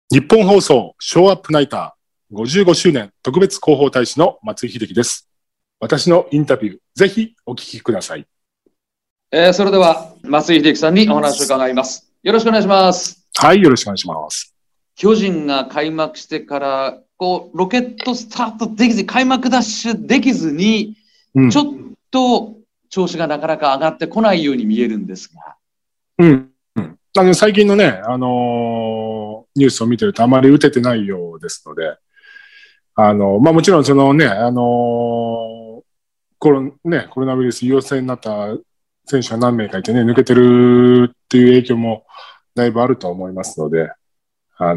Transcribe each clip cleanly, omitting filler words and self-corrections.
日本放送ショーアップナイター55周年特別広報大使の松井秀喜です。私のインタビュー、ぜひお聞きください。 それでは松井秀喜さんにお話を伺います。よろしくお願いします。 はい、よろしくお願いします。 巨人が開幕してからロケットスタートできず、開幕ダッシュできずに、ちょっと調子がなかなか上がってこないように見えるんですが。 最近のね、ニュースを見てるとあまり打ててないようですので、もちろんそのね、コロナウイルス陽性になった選手が何名かいてね、抜けてるっていう影響もだいぶあると思いますので、今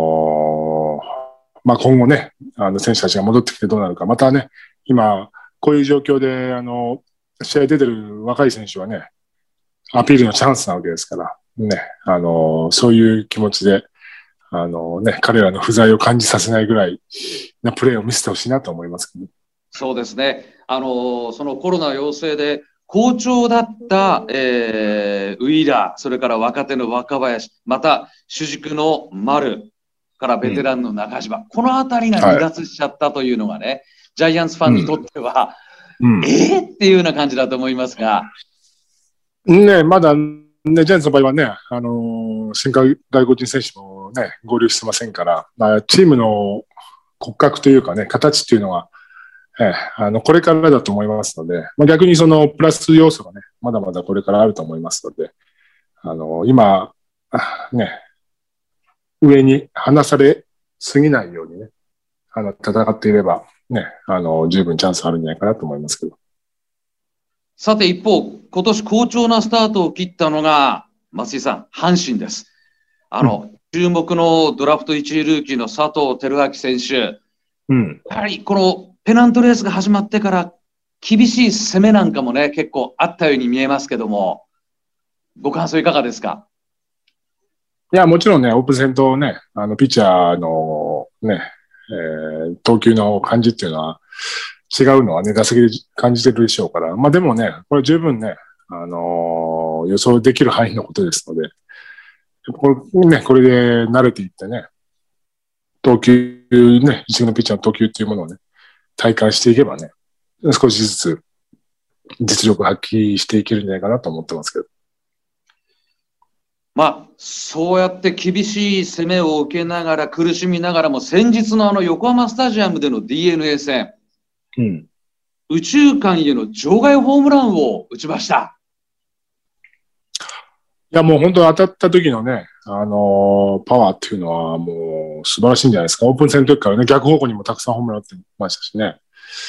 後ね、選手たちが戻ってきてどうなるか、またね、今、こういう状況で、試合出てる若い選手はね、アピールのチャンスなわけですから、ね、そういう気持ちで、彼らの不在を感じさせないぐらいなプレーを見せてほしいなと思いますけど。 そうですね。そのコロナ陽性で好調だった、ウィーラー、それから若手の若林、また主軸の丸からベテランの中島、このあたりが離脱しちゃったというのがね、ジャイアンツファンにとっては、っていうような感じだと思いますが。 ね、まだね、ジャイアンツの場合はね、新外国人選手もね、合流してませんから、チームの骨格というかね、形っていうのは、これからだと思いますので、逆にそのプラス要素がね、まだまだこれからあると思いますので、今、ね、上に離されすぎないようにね、戦っていれば、ね、十分チャンスあるんじゃないかなと思いますけど。 さて一方、今年好調なスタートを切ったのが、松井さん、阪神です。注目のドラフト1位ルーキーの佐藤輝明選手。やはりこのペナントレースが始まってから厳しい攻めなんかもね、結構あったように見えますけども、ご感想いかがですか？ いや、もちろんね、オープン戦とね、ピッチャーのね、投球の感じっていうのは違うのはね、打席で感じてるでしょうから。でもね、これ十分ね、予想できる範囲のことですので、これで慣れていってね、投球ね、一軍のピッチャーの投球っていうものをね、体感していけばね、少しずつ実力を発揮していけるんじゃないかなと思ってますけど。 そうやって厳しい攻めを受けながら苦しみながらも、先日の横浜スタジアムでの DNA 戦、右中間への場外ホームランを打ちました。 いや、もう本当当たった時のね、パワーっていうのはもう素晴らしいんじゃないですか。オープン戦の時からね、逆方向にもたくさんホームラン打ってましたしね。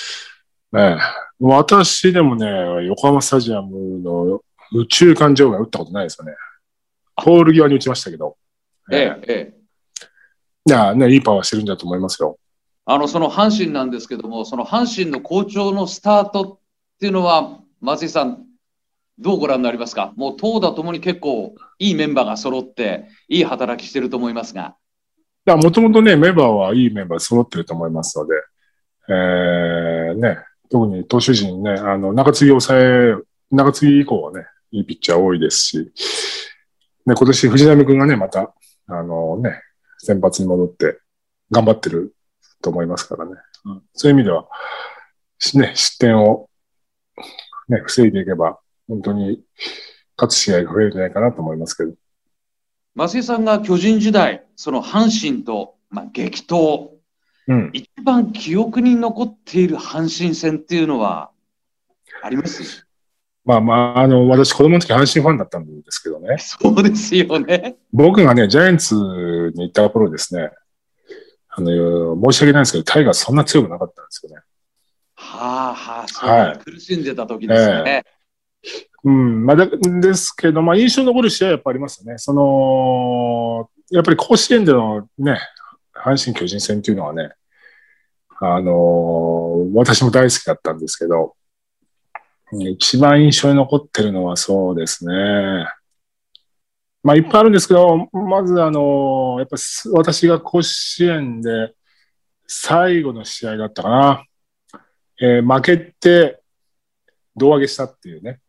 私でもね、横浜スタジアムの右中間場外打ったことないですよね。ポール際に打ちましたけど。いや、ね、いいパワーしてるんだと思いますよ。 その阪神なんですけども、その阪神の好調のスタートっていうのは、松井さん、どうご覧になりますか？もう投打ともに結構いいメンバーが揃って、いい働きしてると思いますが。 もともとね、メンバーはいいメンバー揃ってると思いますので、ね、特に投手陣ね、中継ぎ以降はね、いいピッチャー多いですし、ね、今年藤浪くんがね、また、先発に戻って頑張ってると思いますからね。そういう意味では、ね、失点を、ね、防いでいけば、本当に勝つ試合が増えるんじゃないかなと思いますけど。 松井さんが巨人時代、その阪神と、激闘、一番記憶に残っている阪神戦っていうのはあります？ 私子供の時阪神ファンだったんですけどね。 そうですよね。 僕がね、ジャイアンツに行った頃ですね、申し訳ないんですけど、タイガーそんな強くなかったんですよね。 苦しんでた時ですね。 ですけど、印象に残る試合はやっぱありますよね。やっぱり甲子園でのね、阪神巨人戦っていうのはね、私も大好きだったんですけど、一番印象に残ってるのはそうですね。いっぱいあるんですけど、まずやっぱ私が甲子園で最後の試合だったかな。負けて胴上げしたっていうね。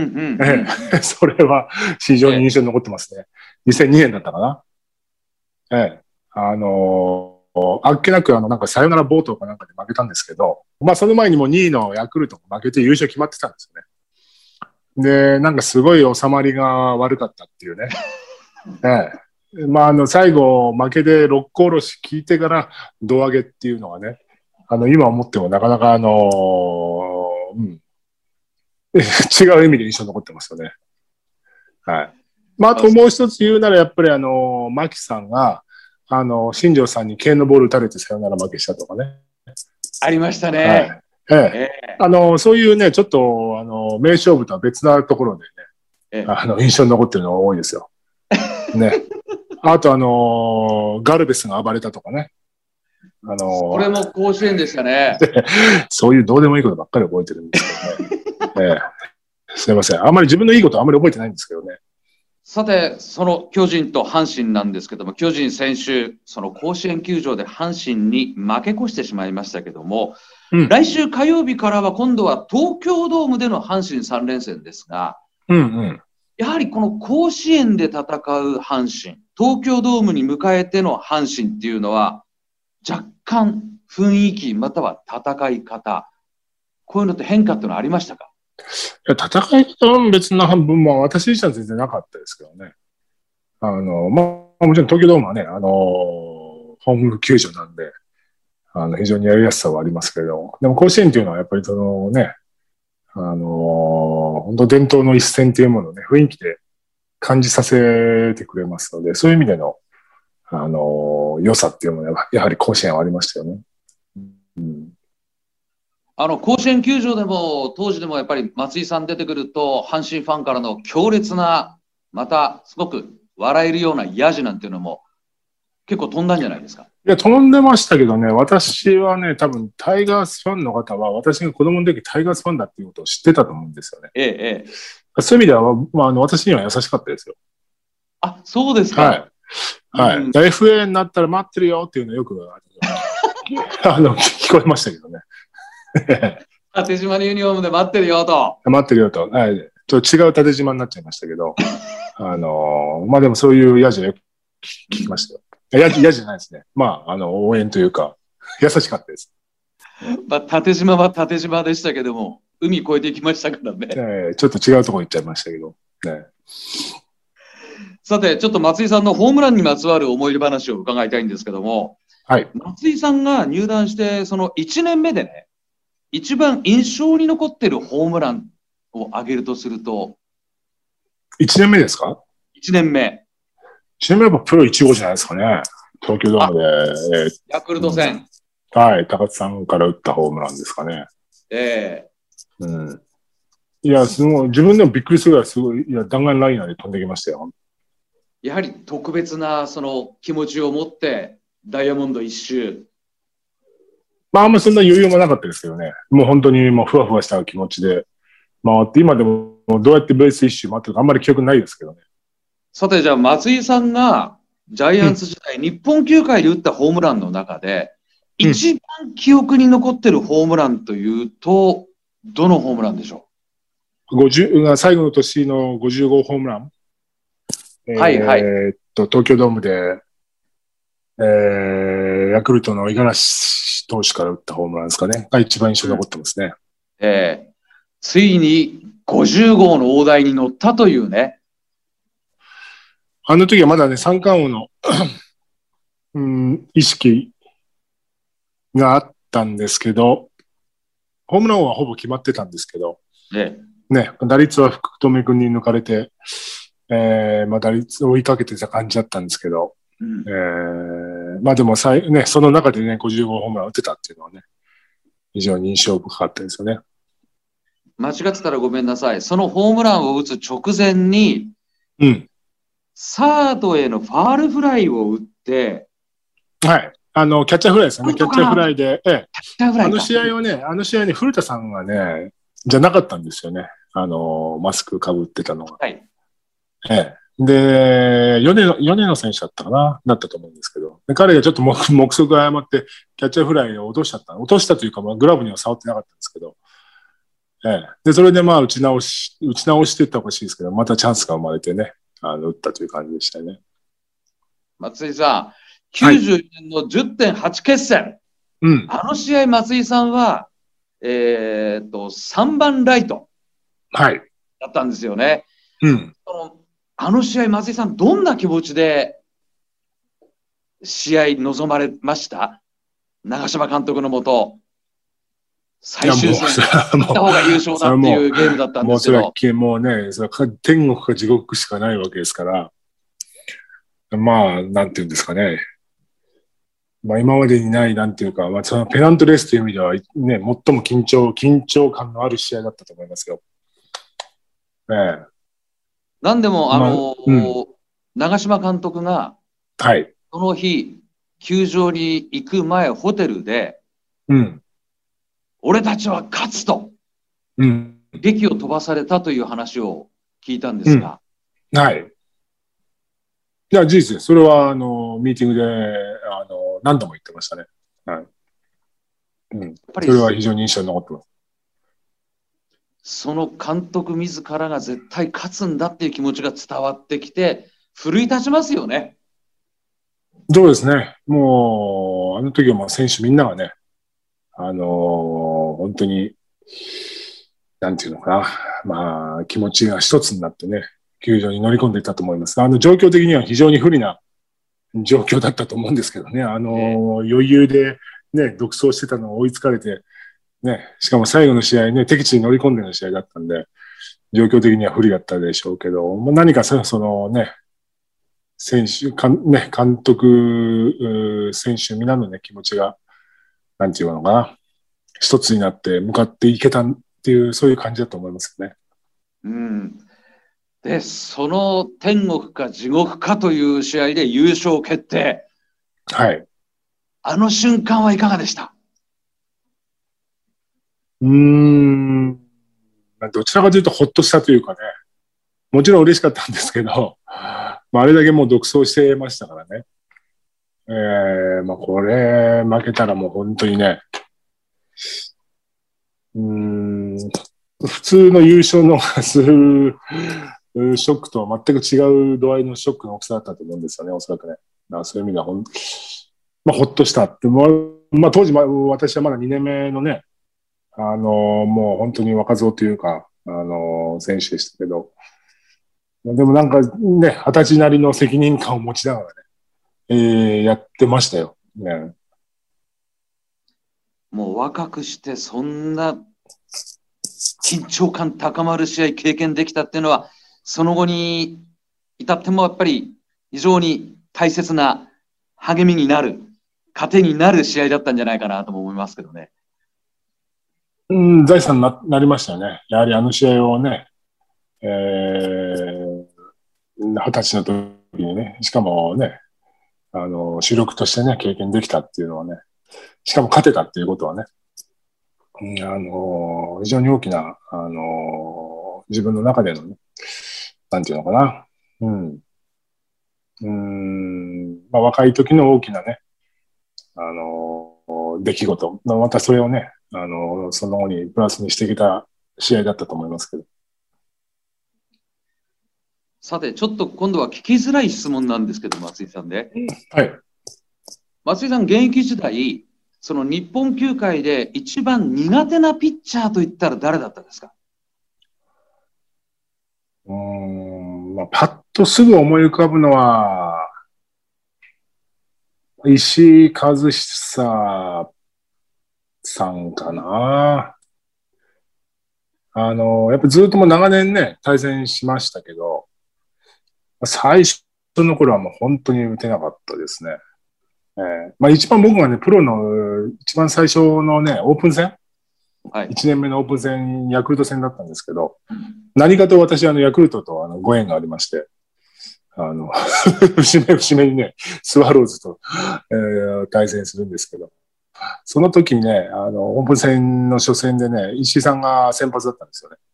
それは非常に印象に残ってますね。2002年だったかな。 ええ、あっけなくなんかサヨナラ暴投かなんかで負けたんですけど、まあその前にも2位のヤクルトも負けて優勝決まってたんですよね。で、なんかすごい収まりが悪かったっていうね。ええ。まあ最後負けで六甲おろし聞いてから胴上げっていうのはね、今思ってもなかなかうん、違う意味で印象に残ってますよね。はい。まあ、あともう一つ言うなら、やっぱり牧さんが、新庄さんに剣のボール打たれてサヨナラ負けしたとかね。 ありましたはね。 い。ええ。そういうね、ちょっと、名勝負とは別なところでね、印象に残ってるのが多いですよ。ね。あと、ガルベスが暴れたとかね。 これも甲子園でしたね。 そういうどうでもいいことばっかり覚えてるんですけどね。ええ。すいません。あんまり自分のいいことはあんまり覚えてないんですけどね。 さて、その巨人と阪神なんですけども、巨人先週、その甲子園球場で阪神に負け越してしまいましたけども、来週火曜日からは今度は東京ドームでの阪神3連戦ですが、やはりこの甲子園で戦う阪神、東京ドームに迎えての阪神っていうのは、若干雰囲気または戦い方、こういうのって変化っていうのはありましたか？ 戦い方は別な半分も私自身は全然なかったですけどね。まあ、もちろん東京ドームはね、ホーム球場なんで、非常にやりやすさはありますけど、でも甲子園っていうのはやっぱりそのね、本当伝統の一戦っていうものをね、雰囲気で感じさせてくれますので、そういう意味での、良さっていうものはやはり甲子園はありましたよね。 甲子園球場でも当時でもやっぱり松井さん出てくると阪神ファンからの強烈なまたすごく笑えるようなヤジなんていうのも結構飛んだんじゃないですか？ いや、飛んでましたけどね、私はね、多分タイガースファンの方は私が子供の時タイガースファンだっていうことを知ってたと思うんですよね。そういう意味では、まあ、私には優しかったですよ。 あ、そうですか。 はい。FA になったら待ってるよっていうのよく聞こえましたけどね。 縦島のユニフォームで待ってるよと。 待ってるよと。はい。ちょっと違う縦島になっちゃいましたけど。まあでもそういうヤジはよく聞きましたよ。ヤジじゃないですね。まあ、応援というか、優しかったです。 まあ、縦島は縦島でしたけども、海越えていきましたからね。 ちょっと違うところ行っちゃいましたけど。ね、 さて、ちょっと松井さんのホームランにまつわる思い出話を伺いたいんですけども、 はい。 松井さんが入団して、その1年目でね、一番印象に残ってるホームランを挙げるとすると。 1年目ですか？ 1 年目。 1年目はプロ1号じゃないですかね。東京ドームで。 ヤクルト戦。 はい。高津さんから打ったホームランですかね。いや、すごい、自分でもびっくりするぐらいすごい、いや、弾丸ライナーで飛んできましたよ。 やはり特別なその気持ちを持って、ダイヤモンド一周。 まあ、あんまそんな余裕もなかったですけどね。もう本当にもうふわふわした気持ちで回って、今でもどうやってベース一周回ってるかあんまり記憶ないですけどね。 さて、じゃあ松井さんがジャイアンツ時代、日本球界で打ったホームランの中で、一番記憶に残ってるホームランというと、どのホームランでしょう？最後の年の50号ホームラン。 はいはい。 東京ドームで、ヤクルトの五十嵐投手から打ったホームランですかね。が一番印象に残ってますね。 ついに50号の大台に乗ったというね。 あの時はまだね、三冠王の意識があったんですけど、ホームラン王はほぼ決まってたんですけど、ね、打率は福留君に抜かれて、まあ打率を追いかけてた感じだったんですけど、まあでもね、その中でね、50号ホームラン打ってたっていうのはね、非常に印象深かったですよね。 間違ってたらごめんなさい。そのホームランを打つ直前に、サードへのファールフライを打って、 はい。キャッチャーフライですよね。キャッチャーフライで、あの試合はね、古田さんがね、じゃなかったんですよね。マスク被ってたのが。で、米野選手だったかなだったと思うんですけど、で彼がちょっと目測を誤って、キャッチャーフライを落としたというか、まあ、グラブには触ってなかったんですけど、で、それでまあ打ち直していったらおかしいですけど、またチャンスが生まれてね、打ったという感じでしたよね。 松井さ 94年の 10.8 決戦。 うん。 あの試合、松井さんは、3番ライトはい。 だったんですよね。 うん。 あの試合、松井さん、どんな気持ちで試合臨まれました？長嶋監督のもと、 いや、もう、 最終戦それで行ったはも方が優勝う、それはもだっていうゲームだったう、もうそれは、 んですけど、 もうね、それは天国か地獄しかないわけですから、まあ、なんていうんですかね。まあ、今までにない、なんていうか、まあ、そのペナントレースという意味では、ね、最も緊張感のある試合だったと思いますよ。ええ。 なんでも、 まあ、うん。 長嶋監督が、 はい。 その日、球場に行く前、ホテルで、 うん。 俺たちは勝つと、 うん。 檄を飛ばされたという話を聞いたんでうん。 すが、 はい。いや、事実です。それは、ミーティングで、何度も言ってましたね。はい。うん。 やっぱりそれは非常に印象に残ってます。 その監督自らが絶対勝つんだっていう気持ちが伝わってきて、奮い立ちますよね。 そうですね。もう、あの時はもう選手みんながね、本当に、なんていうのかな。まあ、気持ちが一つになってね、球場に乗り込んでいったと思います。状況的には非常に不利な状況だったと思うんですけどね。余裕でね、独走してたのを追いつかれて、ね、しかも最後の試合ね、敵地に乗り込んでの試合だったんで、状況的には不利だったでしょうけど、まあ、何かそのね、選手、ね、監督、選手皆のね、気持ちが、なんていうのかな、一つになって向かっていけたっていう、そういう感じだと思いますね。 うん。で、その天国か地獄かという試合で優勝決定。 はい。 あの瞬間はいかがでした？ うーん、どちらかというとほっとしたというかね、もちろん嬉しかったんですけど、まあ、あれだけもう独走してましたからね。まあ、これ負けたらもう本当にね、うーん、普通の優勝のするショックとは全く違う度合いのショックの大きさだったと思うんですよね、おそらくね。だからそういう意味ではまあ、ほっとしたって、まあ、当時、私はまだ2年目のね、もう本当に若造というか、選手でしたけど、でもなんかね、20歳なりの責任感を持ちながらね、やってましたよ。ね、 もう若くしてそんな緊張感高まる試合経験できたっていうのは、その後に至ってもやっぱり非常に大切な励みになる、糧になる試合だったんじゃないかなとも思いますけどね。 うん、財産になりましたよね。やはりあの試合をね、20歳の時にね、しかもね、主力としてね、経験できたっていうのはね、しかも勝てたっていうことはね、非常に大きな、自分の中でのね、なんていうのかな、うん、まあ、若い時の大きなね、出来事、またそれをね、その後にプラスにしてきた試合だったと思いますけど。 さて、ちょっと今度は聞きづらい質問なんですけど、松井さんね。 はい。 松井さん、現役時代、その日本球界で一番苦手なピッチャーといったら誰だったんですか？ まあ、パッとすぐ思い浮かぶのは、石井和久さんかな。やっぱずっともう長年ね、対戦しましたけど、最初の頃はもう本当に打てなかったですね。まあ一番僕がね、プロの一番最初のね、オープン戦、 はい。 1年目のオープン戦、ヤクルト戦だったんですけど、何かと私、ヤクルトとご縁がありまして、節目にね、スワローズと、対戦するんですけど、その時にね、オープン戦の初戦でね、石井さんが先発だったんですよね。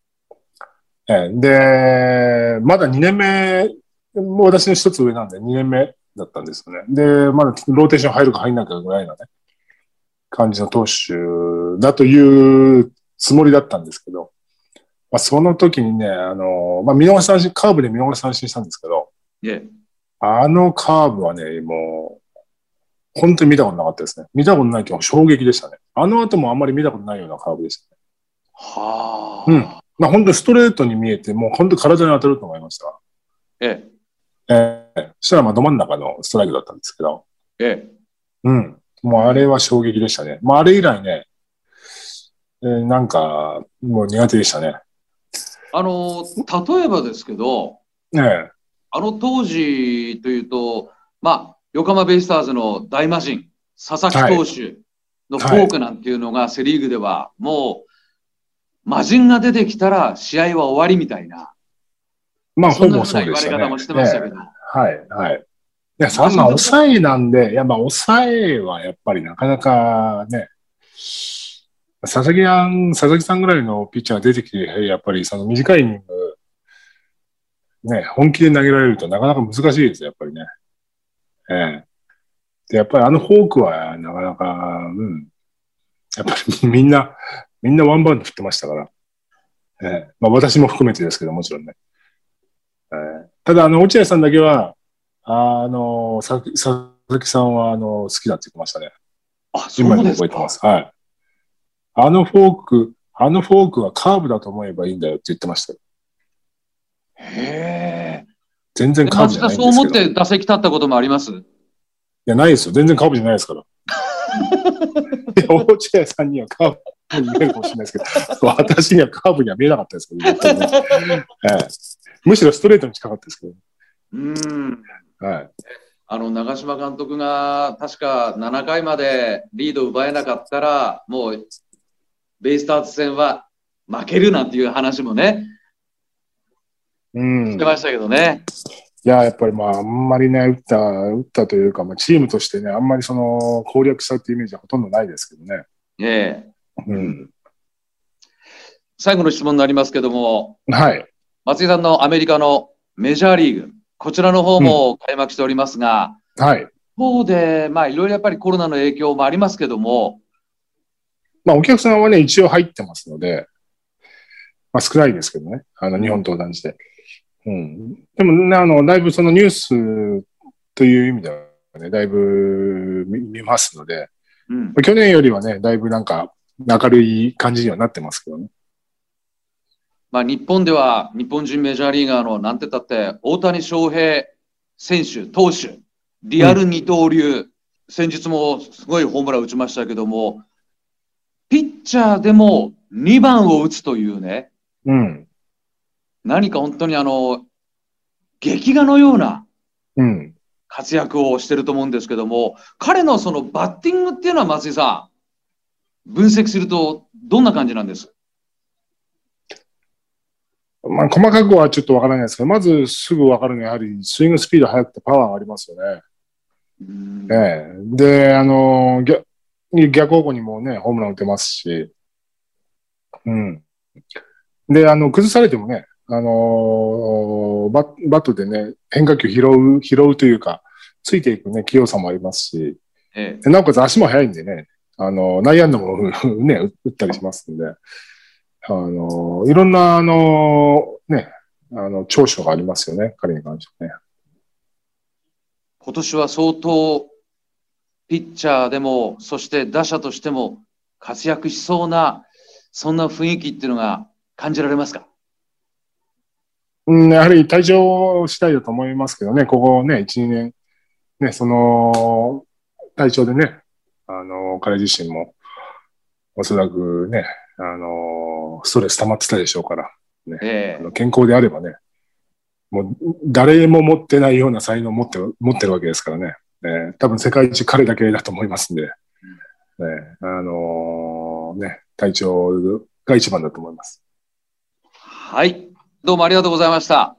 で、まだ2年目、もう私の一つ上なんで2年目だったんですよね。で、まだローテーション入るか入んないかぐらいのね、感じの投手だというつもりだったんですけど、まあ、その時にね、まあ、見逃し三振、カーブで見逃し三振したんですけど、 いえ、 あのカーブはね、も本当に見たことなかったですね。見たことないけど衝撃でしたね。あの後もあんまり見たことないようなカーブでしたね。 はうん。 あ。 まあ本当にストレートに見えて、もう本当に体に当たると思いました。 えそしたらまあど真ん中のストライクだったんですけど。 え、ええ。 うん。もうあれは衝撃でしたね。まああれ以来ね、なんか、もう苦手でしたね。 例えばですけど、 ええ。 あの当時というと、まあ、横浜ベイスターズの大魔神、佐々木はい。 投手のフはい。 ォークなんていうのがセリーグではもう魔人が出てきたら試合は終わりみたいな、 まあそんなふうなほぼそう言われ方でしたね。 もしてましたけど、 はい。はい。いや、まあ、 マシさん抑えなんで、いや、まあ、抑えはやっぱりなかなかね、佐々木さんぐらいのピッチャーが出てきて、やっぱりその短いイニング、ね、本気で投げられるとなかなか難しいですよ、やっぱりね。ええ。で、やっぱりあのフォークはなかなか、うん。やっぱりみんなワンバウンド振ってましたから。ええ。まあ私も含めてですけど、もちろんね。ただ、落合さんだけは、佐々木さんは、好きだって言ってましたね。 あ、そ今でもうですか。 覚えてます。はい。あのフォークはカーブだと思えばいいんだよって言ってましたよ。 へえ。 全然カーブじゃ松田そうないんですけど。 思って打席立ったこともあります？ いや、ないですよ。全然カーブじゃないですから。いや、落合さんにはカーブに見えるかもしれないですけど、私にはカーブには見えなかったですけど、絶対ね。むしろストレートに近かったですけど。はい。 長嶋監督が確か7回までリードを奪えなかったら、もうベイスターズ戦は負けるなんていう話もね、してましたけどね。 いや、やっぱりまあ、あんまりね、打ったというか、まあ、チームとしてね、あんまり攻略したっていうイメージはほとんどないですけどね。 ええ。 うん。 最後の質問になりますけども、 はい。 松井さんのアメリカのメジャーリーグ、こちらの方も開幕しておりますが、 はい。 方で、まあ、いろいろやっぱりコロナの影響もありますけども、 まあ、お客さんはね、一応入ってますので、まあ、少ないですけどね。日本と同じで。うん。でもね、だいぶそのニュースという意味ではね、だいぶ見ますので、去年よりはね、だいぶなんか明るい感じにはなってますけどね。 まあ、日本では日本人メジャーリーガーのなんて言ったって大谷翔平選手、投手、リアル二刀流、先日もすごいホームラン打ちましたけども、ピッチャーでも2番を打つというね、何か本当に劇画のような活躍をしてると思うんですけども、彼のそのバッティングっていうのは松井さん、分析するとどんな感じなんです？ まあ、細かくはちょっとわからないですけど、まずすぐわかるのはやはりスイングスピード速くてパワーがありますよね。で、逆方向にもね、ホームラン打てますし、で、崩されてもね、バットでね、変化球拾うというか、ついていくね、器用さもありますし、なおかつ足も速いんでね、内野安打もね、打ったりしますんで、いろんな、ね、長所がありますよね、彼に関してはね。 今年は相当、ピッチャーでも、そして打者としても活躍しそうな、そんな雰囲気っていうのが感じられますか？ やはり体調次第だと思いますけどね、ここね、1、2年、ね、体調でね、彼自身も、おそらくね、ストレス溜まってたでしょうから、ね、健康であればね、もう誰も持ってないような才能を持ってるわけですからね。多分世界一彼だけだと思いますんで、体調が一番だと思います。 はい。どうもありがとうございました。